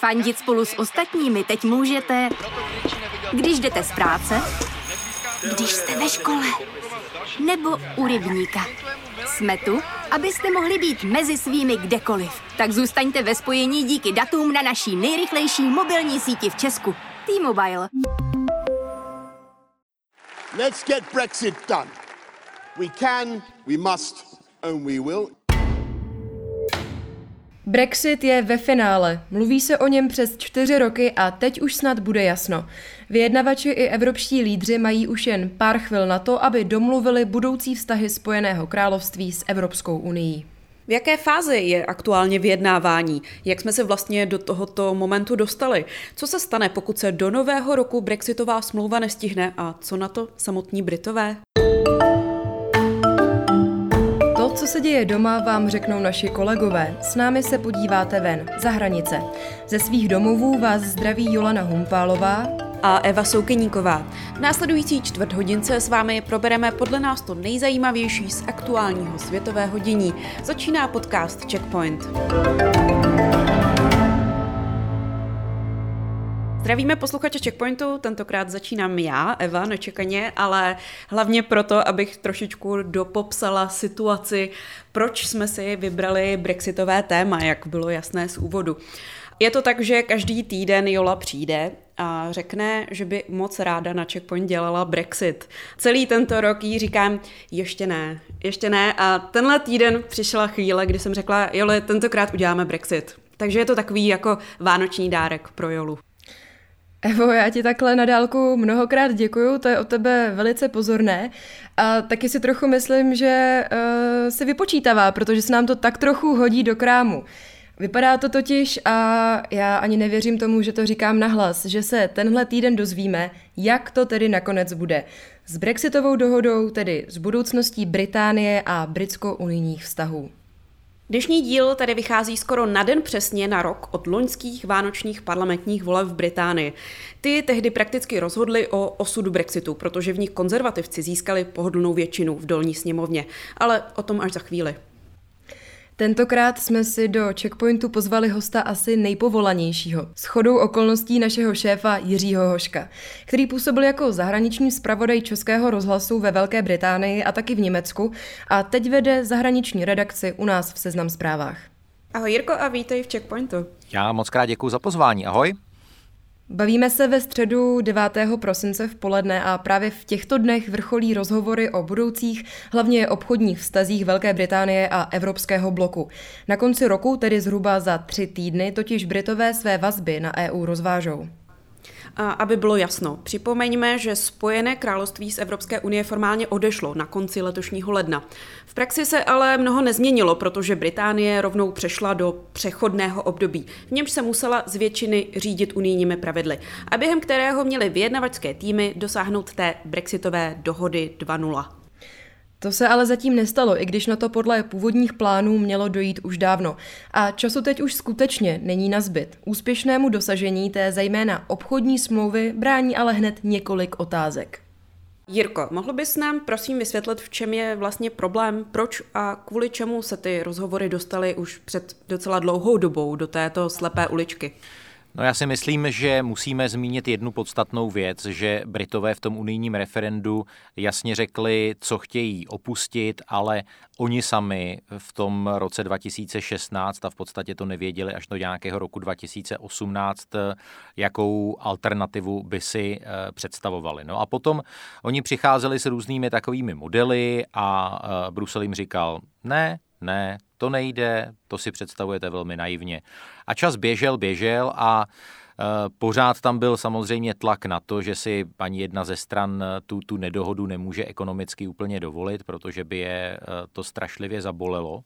Fandit spolu s ostatními teď můžete, když jdete z práce, když jste ve škole, nebo u rybníka. Jsme tu, abyste mohli být mezi svými kdekoliv. Tak zůstaňte ve spojení díky datům na naší nejrychlejší mobilní síti v Česku. T-Mobile. Let's get Brexit done. We can, we must, and we will. Brexit je ve finále. Mluví se o něm přes 4 roky a teď už snad bude jasno. Vyjednavači i evropští lídři mají už jen pár chvil na to, aby domluvili budoucí vztahy Spojeného království s Evropskou unií. V jaké fázi je aktuálně vyjednávání? Jak jsme se vlastně do tohoto momentu dostali? Co se stane, pokud se do nového roku brexitová smlouva nestihne a co na to samotní Britové? To, co se děje doma, vám řeknou naši kolegové. S námi se podíváte ven, za hranice. Ze svých domovů vás zdraví Jolana Humpálová A Eva Soukeníková. V následující čtvrthodince s vámi probereme podle nás to nejzajímavější z aktuálního světového dění. Začíná podcast Checkpoint. Zdravíme posluchače Checkpointu, tentokrát začínám já, Eva, nečekaně, ale hlavně proto, abych trošičku dopopsala situaci, proč jsme si vybrali brexitové téma, jak bylo jasné z úvodu. Je to tak, že každý týden Jola přijde a řekne, že by moc ráda na Checkpoint dělala Brexit. Celý tento rok jí říkám, ještě ne. A tenhle týden přišla chvíle, kdy jsem řekla, Joli, tentokrát uděláme Brexit. Takže je to takový jako vánoční dárek pro Jolu. Evo, já ti takhle na dálku mnohokrát děkuju, to je od tebe velice pozorné a taky si trochu myslím, že si vypočítavá, protože se nám to tak trochu hodí do krámu. Vypadá to totiž, a já ani nevěřím tomu, že to říkám nahlas, že se tenhle týden dozvíme, jak to tedy nakonec bude. S brexitovou dohodou, tedy s budoucností Británie a britsko-unijních vztahů. Dnešní díl tady vychází skoro na den přesně na rok od loňských vánočních parlamentních voleb v Británii. Ty tehdy prakticky rozhodly o osudu Brexitu, protože v nich konzervativci získali pohodlnou většinu v dolní sněmovně. Ale o tom až za chvíli. Tentokrát jsme si do Checkpointu pozvali hosta asi nejpovolanějšího. Shodou okolností našeho šéfa Jiřího Hoška, který působil jako zahraniční zpravodaj Českého rozhlasu ve Velké Británii a taky v Německu a teď vede zahraniční redakci u nás v Seznam Zprávách. Ahoj Jirko a vítej v Checkpointu. Já moc krát děkuju za pozvání, ahoj. Bavíme se ve středu 9. prosince v poledne a právě v těchto dnech vrcholí rozhovory o budoucích, hlavně obchodních vztazích Velké Británie a Evropského bloku. Na konci roku, tedy zhruba za 3 týdny, totiž Britové své vazby na EU rozvážou. A aby bylo jasno, připomeňme, že Spojené království z Evropské unie formálně odešlo na konci letošního ledna. V praxi se ale mnoho nezměnilo, protože Británie rovnou přešla do přechodného období, v němž se musela z většiny řídit unijními pravidly a během kterého měly vyjednavačské týmy dosáhnout té brexitové dohody 2.0. To se ale zatím nestalo, i když na to podle původních plánů mělo dojít už dávno. A času teď už skutečně není nazbyt. Úspěšnému dosažení té zejména obchodní smlouvy brání ale hned několik otázek. Jirko, mohl bys nám prosím vysvětlit, v čem je vlastně problém, proč a kvůli čemu se ty rozhovory dostaly už před docela dlouhou dobou do této slepé uličky? No já si myslím, že musíme zmínit jednu podstatnou věc, že Britové v tom unijním referendu jasně řekli, co chtějí opustit, ale oni sami v tom roce 2016 a v podstatě to nevěděli až do nějakého roku 2018, jakou alternativu by si představovali. No a potom oni přicházeli s různými takovými modely a Brusel jim říkal, ne, to nejde, to si představujete velmi naivně. A čas běžel a pořád tam byl samozřejmě tlak na to, že si ani jedna ze stran tu nedohodu nemůže ekonomicky úplně dovolit, protože by je to strašlivě zabolelo.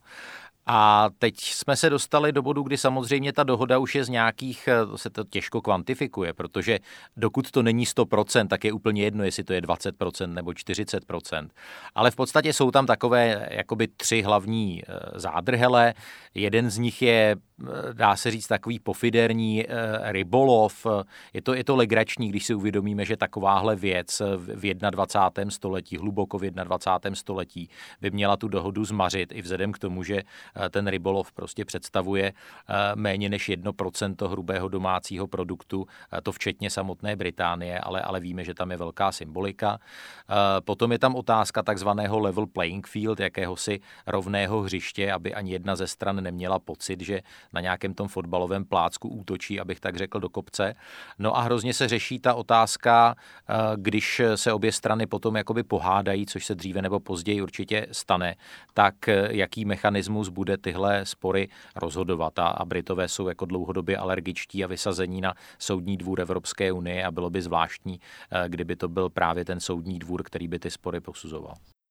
A teď jsme se dostali do bodu, kdy samozřejmě ta dohoda už je z nějakých, to se to těžko kvantifikuje, protože dokud to není 100%, tak je úplně jedno, jestli to je 20% nebo 40%. Ale v podstatě jsou tam takové jakoby 3 hlavní zádrhele. Jeden z nich je, dá se říct, takový pofiderní rybolov. Je to legrační, když si uvědomíme, že takováhle věc v 21. století, hluboko v 21. století, by měla tu dohodu zmařit i vzhledem k tomu, že ten rybolov prostě představuje méně než 1% hrubého domácího produktu, to včetně samotné Británie, ale víme, že tam je velká symbolika. Potom je tam otázka takzvaného level playing field, jakéhosi rovného hřiště, aby ani jedna ze stran neměla pocit, že na nějakém tom fotbalovém plácku útočí, abych tak řekl, do kopce. No a hrozně se řeší ta otázka, když se obě strany potom jakoby pohádají, což se dříve nebo později určitě stane, tak jaký mechanismus bude tyhle spory rozhodovat. A Britové jsou jako dlouhodobě alergičtí a vysazení na soudní dvůr Evropské unie a bylo by zvláštní, kdyby to byl právě ten soudní dvůr, který by ty spory posuzoval.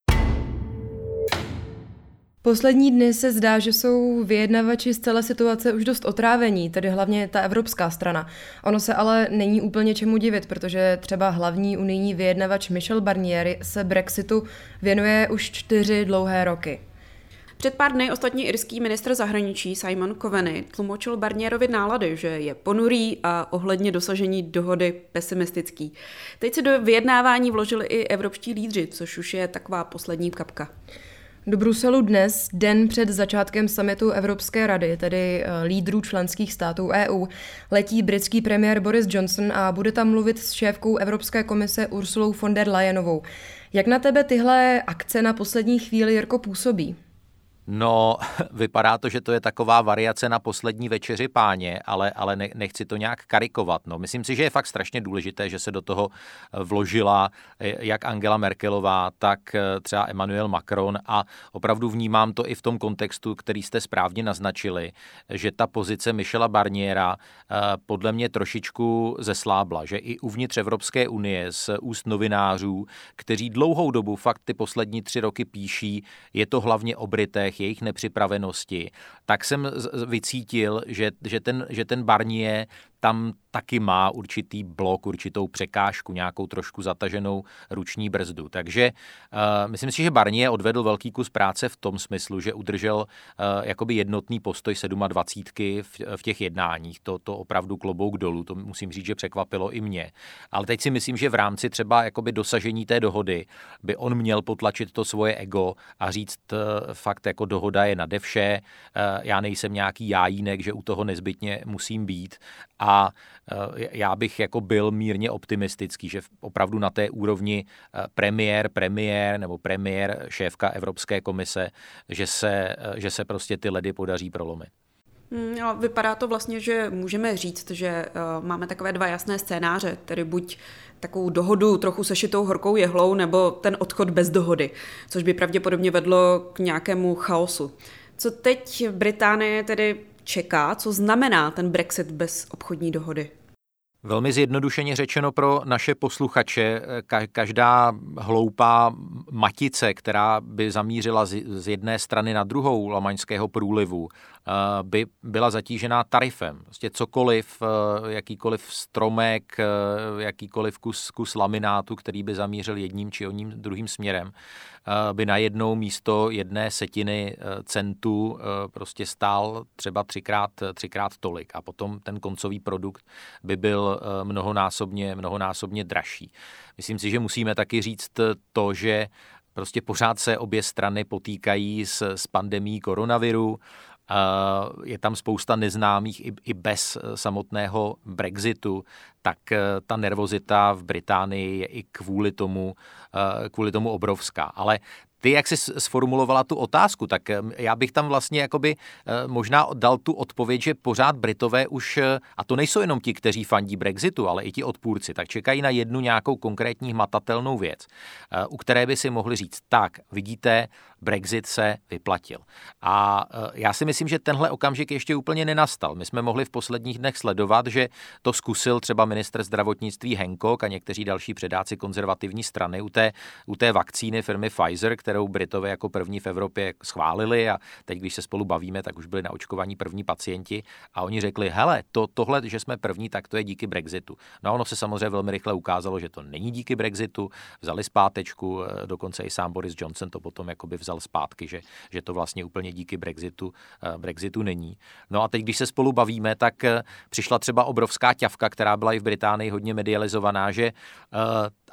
Poslední dny se zdá, že jsou vyjednavači z celé situace už dost otrávení, tedy hlavně ta evropská strana. Ono se ale není úplně čemu divit, protože třeba hlavní unijní vyjednavač Michel Barnier se Brexitu věnuje už 4 dlouhé roky. Před pár dny ostatní irský ministr zahraničí Simon Coveney tlumočil Barnierovi nálady, že je ponurý a ohledně dosažení dohody pesimistický. Teď se do vyjednávání vložili i evropští lídři, což už je taková poslední kapka. Do Bruselu dnes, den před začátkem summitu Evropské rady, tedy lídrů členských států EU, letí britský premiér Boris Johnson a bude tam mluvit s šéfkou Evropské komise Ursulou von der Leyenovou. Jak na tebe tyhle akce na poslední chvíli, Jirko, působí? No, vypadá to, že to je taková variace na poslední večeři páně, ale nechci to nějak karikovat. No, myslím si, že je fakt strašně důležité, že se do toho vložila jak Angela Merkelová, tak třeba Emmanuel Macron a opravdu vnímám to i v tom kontextu, který jste správně naznačili, že ta pozice Michela Barniera podle mě trošičku zeslábla, že i uvnitř Evropské unie z úst novinářů, kteří dlouhou dobu fakt ty poslední 3 roky píší, je to hlavně o Britech, jejich nepřipravenosti, tak jsem vycítil, že ten Barnier tam taky má určitý blok, určitou překážku, nějakou trošku zataženou ruční brzdu. Takže myslím si, že Barnier odvedl velký kus práce v tom smyslu, že udržel jakoby jednotný postoj 27 v těch jednáních. To opravdu klobouk dolů, to musím říct, že překvapilo i mě. Ale teď si myslím, že v rámci třeba jakoby dosažení té dohody by on měl potlačit to svoje ego a říct fakt, jako dohoda je nade vše, já nejsem nějaký jájínek, že u toho nezbytně musím být a já bych jako byl mírně optimistický, že opravdu na té úrovni premiér nebo premiér, šéfka Evropské komise, že se prostě ty ledy podaří prolomit. Vypadá to vlastně, že můžeme říct, že máme takové 2 jasné scénáře, tedy buď takovou dohodu trochu sešitou horkou jehlou, nebo ten odchod bez dohody, což by pravděpodobně vedlo k nějakému chaosu. Co teď Británie tedy čeká, co znamená ten Brexit bez obchodní dohody? Velmi zjednodušeně řečeno pro naše posluchače, každá hloupá matice, která by zamířila z jedné strany na druhou Lamaňského průlivu, by byla zatížená tarifem. Prostě cokoliv, jakýkoliv stromek, jakýkoliv kus laminátu, který by zamířil jedním či oním druhým směrem, by najednou místo 1/10 centu prostě stál třeba třikrát tolik a potom ten koncový produkt by byl mnohonásobně dražší. Myslím si, že musíme taky říct to, že prostě pořád se obě strany potýkají s pandemií koronaviru. Je tam spousta neznámých i bez samotného Brexitu, tak ta nervozita v Británii je i kvůli tomu obrovská. Ale ty, jak jsi sformulovala tu otázku, tak já bych tam vlastně jakoby možná dal tu odpověď, že pořád Britové už, a to nejsou jenom ti, kteří fandí Brexitu, ale i ti odpůrci, tak čekají na jednu nějakou konkrétní hmatatelnou věc, u které by si mohli říct, tak vidíte, Brexit se vyplatil. A já si myslím, že tenhle okamžik ještě úplně nenastal. My jsme mohli v posledních dnech sledovat, že to zkusil třeba ministr zdravotnictví Hancock a někteří další předáci konzervativní strany u té vakcíny firmy Pfizer, kterou Britové jako první v Evropě schválili a teď, když se spolu bavíme, tak už byli naočkovaní první pacienti a oni řekli, hele, tohle, že jsme první, tak to je díky Brexitu. No a ono se samozřejmě velmi rychle ukázalo, že to není díky Brexitu, vzali zpátečku, dokonce i sám Boris Johnson to potom jakoby vzal zpátky, že to vlastně úplně díky Brexitu není. No a teď, když se spolu bavíme, tak přišla třeba obrovská ťavka, která byla i v Británii hodně medializovaná, že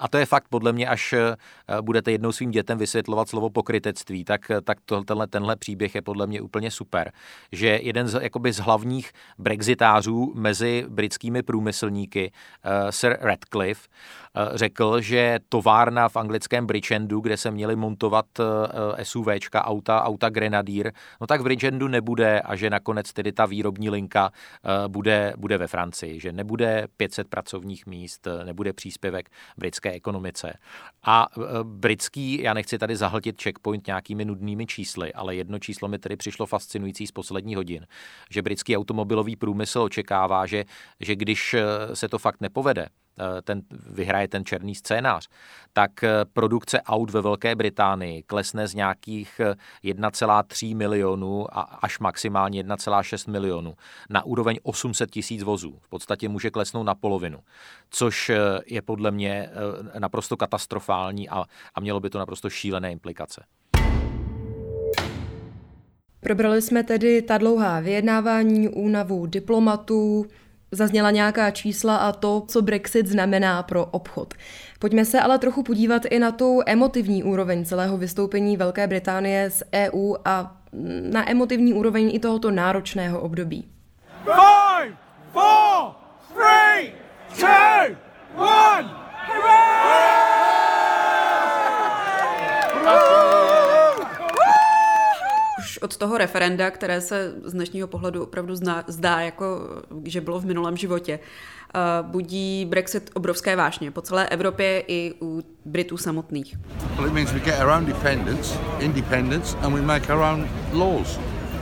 A to je fakt podle mě, až budete jednou svým dětem vysvětlovat slovo pokrytectví, tak tenhle příběh je podle mě úplně super. Že jeden z hlavních brexitářů mezi britskými průmyslníky, Sir Ratcliffe, řekl, že továrna v anglickém Bridgendu, kde se měli montovat SUVčka, auta Grenadier, no tak v Bridgendu nebude a že nakonec tedy ta výrobní linka bude ve Francii, že nebude 500 pracovních míst, nebude příspěvek britské ekonomice. A britský, já nechci tady zahltit Checkpoint nějakými nudnými čísly, ale jedno číslo mi tedy přišlo fascinující z posledních hodin, že britský automobilový průmysl očekává, že když se to fakt nepovede, vyhraje ten černý scénář, tak produkce aut ve Velké Británii klesne z nějakých 1,3 milionu a až maximálně 1,6 milionu na úroveň 800 000 vozů. V podstatě může klesnout na polovinu, což je podle mě naprosto katastrofální a mělo by to naprosto šílené implikace. Probrali jsme tedy ta dlouhá vyjednávání, únavu diplomatů, zazněla nějaká čísla a to, co Brexit znamená pro obchod. Pojďme se ale trochu podívat i na tu emotivní úroveň celého vystoupení Velké Británie z EU a na emotivní úroveň i tohoto náročného období. 5, 4, 3, 2, 1, od toho referenda, které se z dnešního pohledu opravdu zdá, jako že bylo v minulém životě, budí Brexit obrovské vášně po celé Evropě i u Britů samotných. Well, it means we get our own independence and we make our own laws.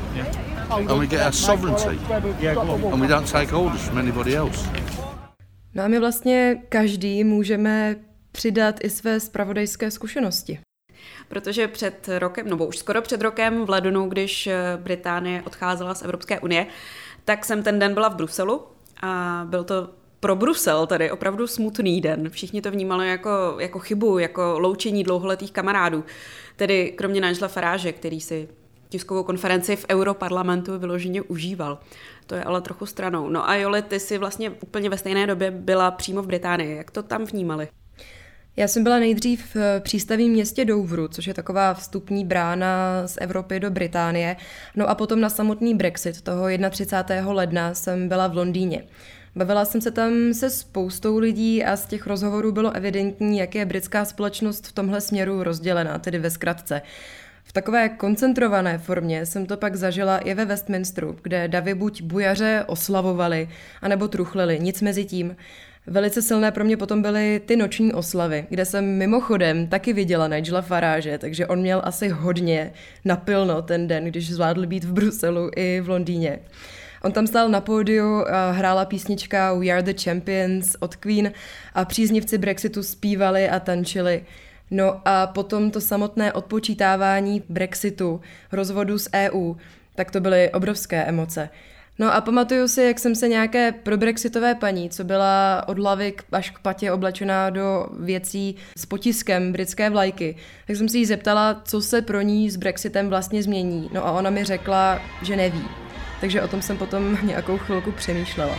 And we get our sovereignty. And we don't take orders from anybody else. No a my vlastně každý můžeme přidat i své zpravodajské zkušenosti. Protože před rokem, nebo už skoro před rokem v lednu, když Británie odcházela z Evropské unie, tak jsem ten den byla v Bruselu a byl to pro Brusel tady opravdu smutný den. Všichni to vnímali jako chybu, jako loučení dlouholetých kamarádů. Tedy kromě Nigela Farage, který si tiskovou konferenci v Europarlamentu vyloženě užíval. To je ale trochu stranou. No a Joli, ty si vlastně úplně ve stejné době byla přímo v Británii. Jak to tam vnímali? Já jsem byla nejdřív v přístavním městě Douvru, což je taková vstupní brána z Evropy do Británie. No a potom na samotný Brexit, toho 31. ledna, jsem byla v Londýně. Bavila jsem se tam se spoustou lidí a z těch rozhovorů bylo evidentní, jak je britská společnost v tomhle směru rozdělená, tedy ve zkratce. V takové koncentrované formě jsem to pak zažila i ve Westminsteru, kde davy buď bujaře oslavovali, anebo truchlili, nic mezi tím. Velice silné pro mě potom byly ty noční oslavy, kde jsem mimochodem taky viděla Nigela Farage, takže on měl asi hodně napilno ten den, když zvládl být v Bruselu i v Londýně. On tam stál na pódiu, hrála písnička We Are the Champions od Queen a příznivci Brexitu zpívali a tančili. No a potom to samotné odpočítávání Brexitu, rozvodu z EU, tak to byly obrovské emoce. No a pamatuju si, jak jsem se nějaké probrexitové paní, co byla od hlavy až k patě oblečená do věcí s potiskem britské vlajky, tak jsem si jí zeptala, co se pro ní s Brexitem vlastně změní. No a ona mi řekla, že neví. Takže o tom jsem potom nějakou chvilku přemýšlela.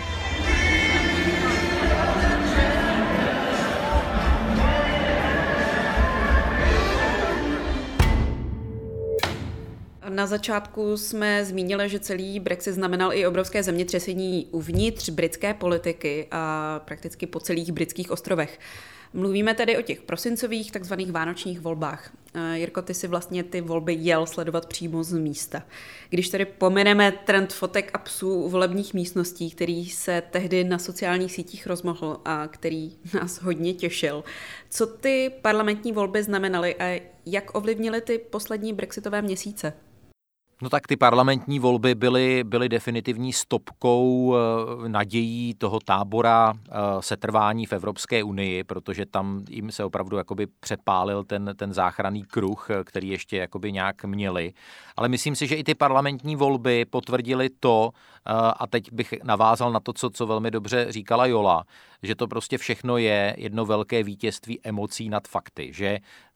Na začátku jsme zmínili, že celý Brexit znamenal i obrovské zemětřesení uvnitř britské politiky a prakticky po celých britských ostrovech. Mluvíme tedy o těch prosincových takzvaných vánočních volbách. Jirko, ty si vlastně ty volby jel sledovat přímo z místa. Když tedy pomineme trend fotek a psů u volebních místností, který se tehdy na sociálních sítích rozmohl a který nás hodně těšil, co ty parlamentní volby znamenaly a jak ovlivnily ty poslední brexitové měsíce? No tak ty parlamentní volby byly definitivní stopkou nadějí toho tábora setrvání v Evropské unii, protože tam jim se opravdu jakoby přepálil ten záchranný kruh, který ještě jakoby nějak měli. Ale myslím si, že i ty parlamentní volby potvrdily to, a teď bych navázal na to, co velmi dobře říkala Jola, že to prostě všechno je jedno velké vítězství emocí nad fakty, že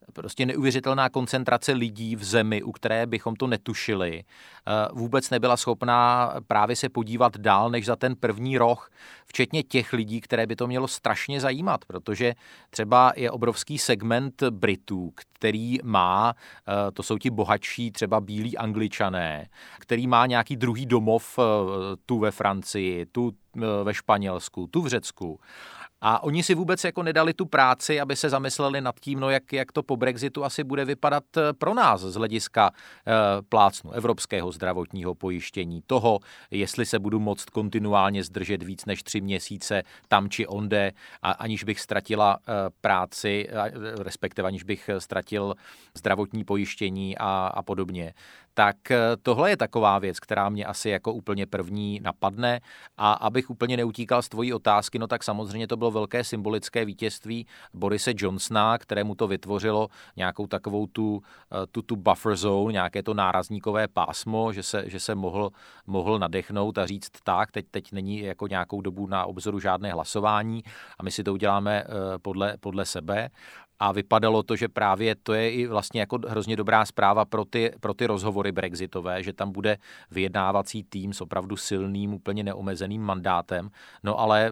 prostě neuvěřitelná koncentrace lidí v zemi, u které bychom to netušili, vůbec nebyla schopná právě se podívat dál než za ten první roh, včetně těch lidí, které by to mělo strašně zajímat, protože třeba je obrovský segment Britů, který má, to jsou ti bohatší, třeba bílí Angličané, který má nějaký druhý domov tu ve Francii, tu ve Španělsku, tu v Řecku. A oni si vůbec jako nedali tu práci, aby se zamysleli nad tím, no jak to po Brexitu asi bude vypadat pro nás z hlediska plácnu evropského zdravotního pojištění, toho, jestli se budu moct kontinuálně zdržet víc než 3 měsíce tam či onde, aniž bych ztratila práci, respektive aniž bych ztratil zdravotní pojištění a podobně. Tak tohle je taková věc, která mě asi jako úplně první napadne a abych úplně neutíkal z tvojí otázky, no tak samozřejmě to bylo velké symbolické vítězství Borise Johnsona, kterému to vytvořilo nějakou takovou tu buffer zone, nějaké to nárazníkové pásmo, že se mohl nadechnout a říct tak, teď není jako nějakou dobu na obzoru žádné hlasování a my si to uděláme podle sebe. A vypadalo to, že právě to je i vlastně jako hrozně dobrá zpráva pro ty rozhovory brexitové, že tam bude vyjednávací tým s opravdu silným, úplně neomezeným mandátem. No ale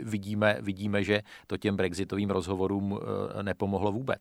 vidíme, že to těm brexitovým rozhovorům nepomohlo vůbec.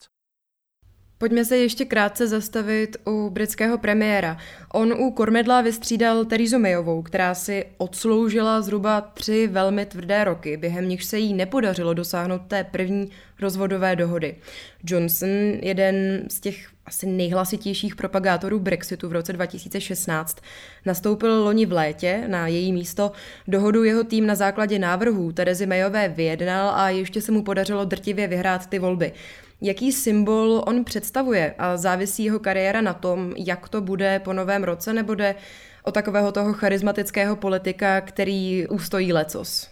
Pojďme se ještě krátce zastavit u britského premiéra. On u kormidla vystřídal Theresa Mayovou, která si odsloužila zhruba 3 velmi tvrdé roky, během nichž se jí nepodařilo dosáhnout té první rozvodové dohody. Johnson, jeden z těch asi nejhlasitějších propagátorů Brexitu v roce 2016, nastoupil loni v létě na její místo. Dohodu jeho tým na základě návrhů Theresy Mayové vyjednal a ještě se mu podařilo drtivě vyhrát ty volby. Jaký symbol on představuje a závisí jeho kariéra na tom, jak to bude po novém roce, nebo jde o takového toho charismatického politika, který ustojí lecos?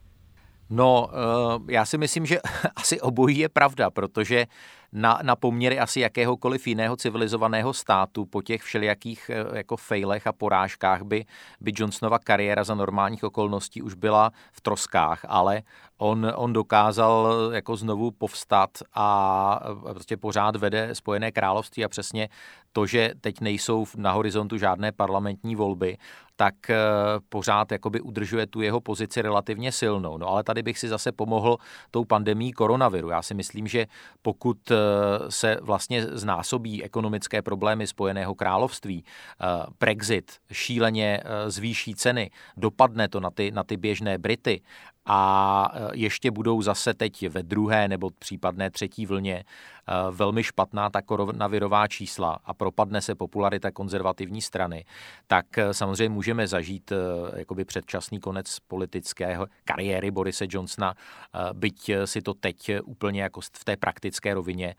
No, já si myslím, že asi obojí je pravda, protože na poměry asi jakéhokoliv jiného civilizovaného státu po těch všelijakých jako failech a porážkách by Johnsonova kariéra za normálních okolností už byla v troskách, ale on dokázal jako znovu povstat a prostě pořád vede Spojené království a přesně to, že teď nejsou na horizontu žádné parlamentní volby, tak pořád jakoby udržuje tu jeho pozici relativně silnou. No ale tady bych si zase pomohl tou pandemií koronaviru. Já si myslím, že pokud se vlastně znásobí ekonomické problémy Spojeného království, Brexit šíleně zvýší ceny, dopadne to na ty běžné Brity a ještě budou zase teď ve druhé nebo případné třetí vlně velmi špatná ta koronavirová čísla a propadne se popularita konzervativní strany, tak samozřejmě můžeme zažít jakoby předčasný konec politické kariéry Borise Johnsona, byť si to teď úplně jako v té praktické rovině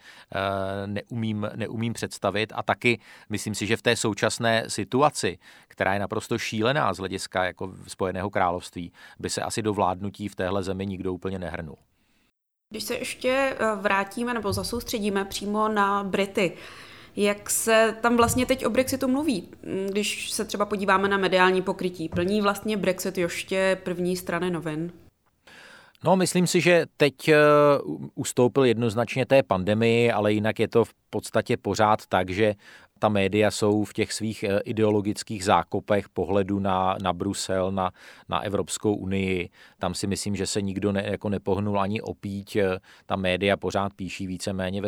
neumím představit a taky myslím si, že v té současné situaci, která je naprosto šílená z hlediska jako Spojeného království, by se asi do vládnutí v téhle zemi nikdo úplně nehrnul. Když se ještě vrátíme nebo zasoustředíme přímo na Brity, jak se tam vlastně teď o Brexitu mluví? Když se třeba podíváme na mediální pokrytí, plní vlastně Brexit ještě první strany novin? No, myslím si, že teď ustoupil jednoznačně té pandemii, ale jinak je to v podstatě pořád tak, že ta média jsou v těch svých ideologických zákopech pohledu na Brusel, na Evropskou unii. Tam si myslím, že se nikdo nepohnul ani opíť. Ta média pořád píší víceméně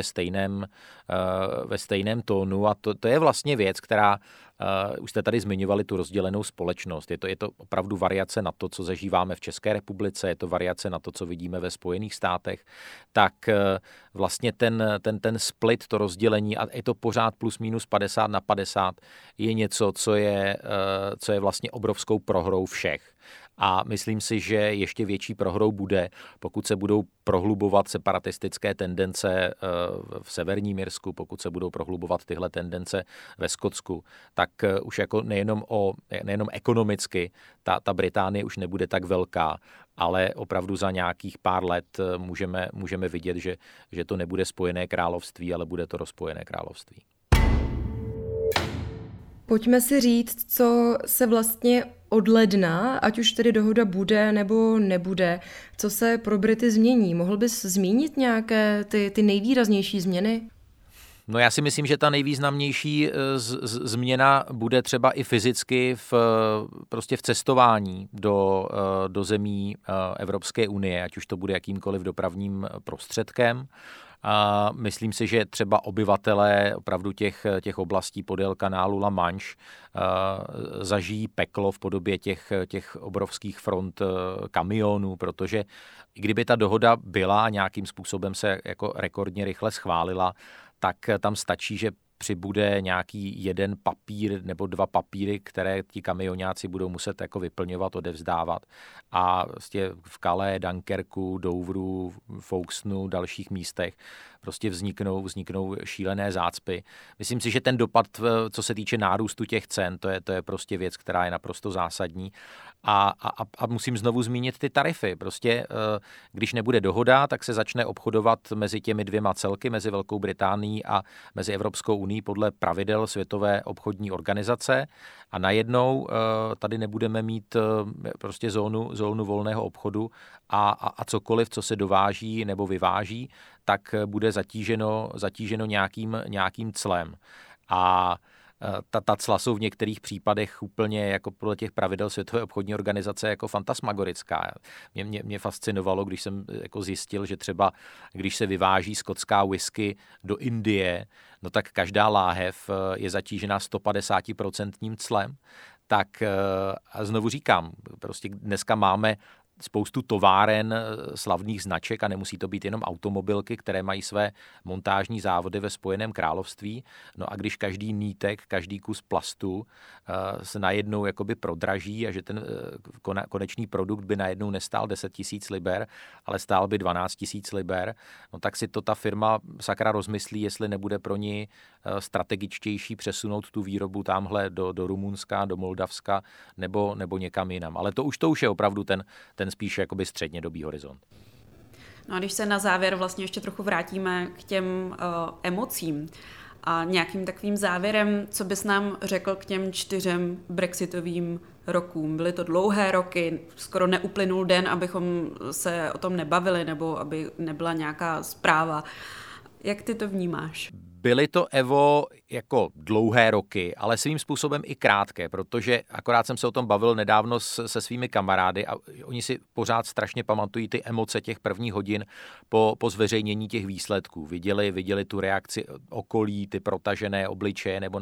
ve stejném tónu a to je vlastně věc, která už jste tady zmiňovali tu rozdělenou společnost. Je to opravdu variace na to, co zažíváme v České republice, je to variace na to, co vidíme ve Spojených státech. Tak vlastně ten split, to rozdělení, a je to pořád plus minus 50/50, je něco, co je vlastně obrovskou prohrou všech. A myslím si, že ještě větší prohrou bude, pokud se budou prohlubovat separatistické tendence v Severním Irsku, pokud se budou prohlubovat tyhle tendence ve Skotsku, tak už jako nejenom ekonomicky ta Británie už nebude tak velká, ale opravdu za nějakých pár let můžeme vidět, že to nebude Spojené království, ale bude to rozpojené království. Pojďme si říct, co se vlastně od ledna, ať už tedy dohoda bude nebo nebude, co se pro Brity změní. Mohl bys zmínit nějaké ty nejvýraznější změny? No já si myslím, že ta nejvýznamnější změna bude třeba i fyzicky prostě v cestování do zemí Evropské unie, ať už to bude jakýmkoliv dopravním prostředkem. A myslím si, že třeba obyvatelé opravdu těch oblastí podél kanálu La Manche zažijí peklo v podobě těch obrovských front kamionů, protože i kdyby ta dohoda byla a nějakým způsobem se jako rekordně rychle schválila, tak tam stačí, že přibude nějaký jeden papír nebo dva papíry, které ti kamionáci budou muset jako vyplňovat, odevzdávat. A vlastně v Calais, Dunkerku, Douvru, Folkestonu, dalších místech prostě vzniknou šílené zácpy. Myslím si, že ten dopad, co se týče nárůstu těch cen, to je prostě věc, která je naprosto zásadní. A musím znovu zmínit ty tarify. Prostě když nebude dohoda, tak se začne obchodovat mezi těmi dvěma celky, mezi Velkou Británií a mezi Evropskou unií podle pravidel Světové obchodní organizace a najednou tady nebudeme mít prostě zónu volného obchodu a cokoliv, co se dováží nebo vyváží, tak bude zatíženo nějakým clem. A ta cla jsou v některých případech úplně jako podle těch pravidel Světové obchodní organizace jako fantasmagorická. Mě fascinovalo, když jsem jako zjistil, že třeba když se vyváží skotská whisky do Indie, no tak každá láhev je zatížena 150% clem. Tak a znovu říkám, prostě dneska máme spoustu továren slavných značek a nemusí to být jenom automobilky, které mají své montážní závody ve Spojeném království. No a když každý nítek, každý kus plastu se najednou jakoby prodraží a že ten konečný produkt by najednou nestál 10 000 liber, ale stál by 12 000 liber, no tak si to ta firma sakra rozmyslí, jestli nebude pro ní strategičtější přesunout tu výrobu tamhle do Rumunska, do Moldavska nebo někam jinam. Ale to už je opravdu ten spíš jakoby střednědobý horizont. No a když se na závěr vlastně ještě trochu vrátíme k těm emocím a nějakým takovým závěrem, co bys nám řekl k těm 4 brexitovým rokům? Byly to dlouhé roky, skoro neuplynul den, abychom se o tom nebavili nebo aby nebyla nějaká zpráva. Jak ty to vnímáš? Byly to, Evo, jako dlouhé roky, ale svým způsobem i krátké, protože akorát jsem se o tom bavil nedávno se svými kamarády a oni si pořád strašně pamatují ty emoce těch prvních hodin po zveřejnění těch výsledků. Viděli tu reakci okolí, ty protažené obličeje nebo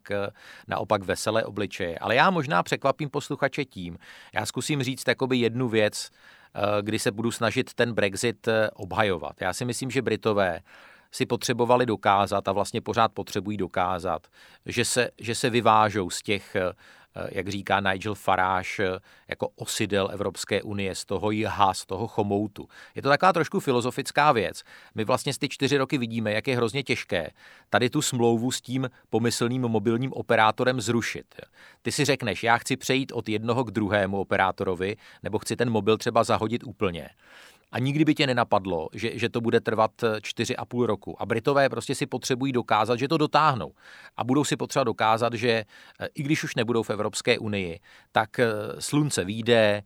naopak veselé obličeje. Ale já možná překvapím posluchače tím. Já zkusím říct jakoby jednu věc, kdy se budu snažit ten Brexit obhajovat. Já si myslím, že Britové si potřebovali dokázat a vlastně pořád potřebují dokázat, že se vyvážou z těch, jak říká Nigel Farage, jako osidel Evropské unie, z toho jha, z toho chomoutu. Je to taková trošku filozofická věc. My vlastně z ty 4 roky vidíme, jak je hrozně těžké tady tu smlouvu s tím pomyslným mobilním operátorem zrušit. Ty si řekneš, já chci přejít od jednoho k druhému operátorovi, nebo chci ten mobil třeba zahodit úplně. A nikdy by tě nenapadlo, že to bude trvat 4,5 roku. A Britové prostě si potřebují dokázat, že to dotáhnou. A budou si potřeba dokázat, že i když už nebudou v Evropské unii, tak slunce vyjde,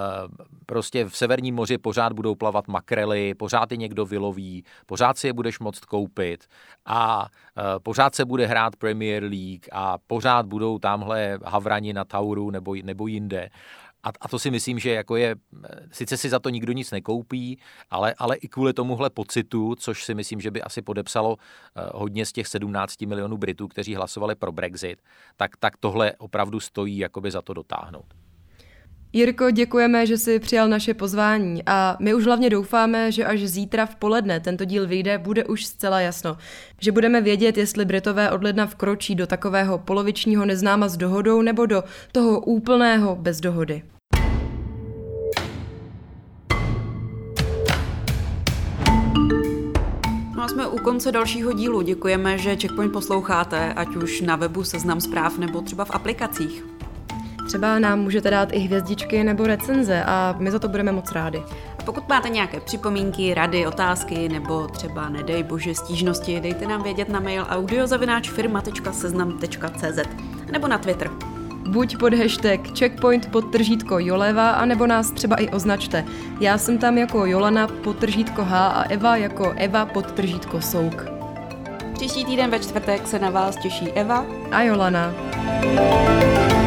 prostě v Severním moři pořád budou plavat makrely, pořád je někdo vyloví, pořád si je budeš moct koupit a pořád se bude hrát Premier League a pořád budou tamhle havrani na Tauru nebo jinde. A to si myslím, že jako je, sice si za to nikdo nic nekoupí, ale i kvůli tomuhle pocitu, což si myslím, že by asi podepsalo hodně z těch 17 milionů Britů, kteří hlasovali pro Brexit, tak tohle opravdu stojí jakoby za to dotáhnout. Jirko, děkujeme, že jsi přijal naše pozvání a my už hlavně doufáme, že až zítra v poledne tento díl vyjde, bude už zcela jasno. Že budeme vědět, jestli Britové od ledna vkročí do takového polovičního neznáma s dohodou nebo do toho úplného bez dohody. No a jsme u konce dalšího dílu. Děkujeme, že Checkpoint posloucháte, ať už na webu Seznam Zpráv nebo třeba v aplikacích. Třeba nám můžete dát i hvězdičky nebo recenze a my za to budeme moc rádi. A pokud máte nějaké připomínky, rady, otázky nebo třeba, nedej bože, stížnosti, dejte nám vědět na mail audio@firma.seznam.cz nebo na Twitter. Buď pod hashtag checkpoint_Joleva, anebo nás třeba i označte. Já jsem tam jako Jolana_H a Eva jako Eva_Souk. Příští týden ve čtvrtek se na vás těší Eva a Jolana.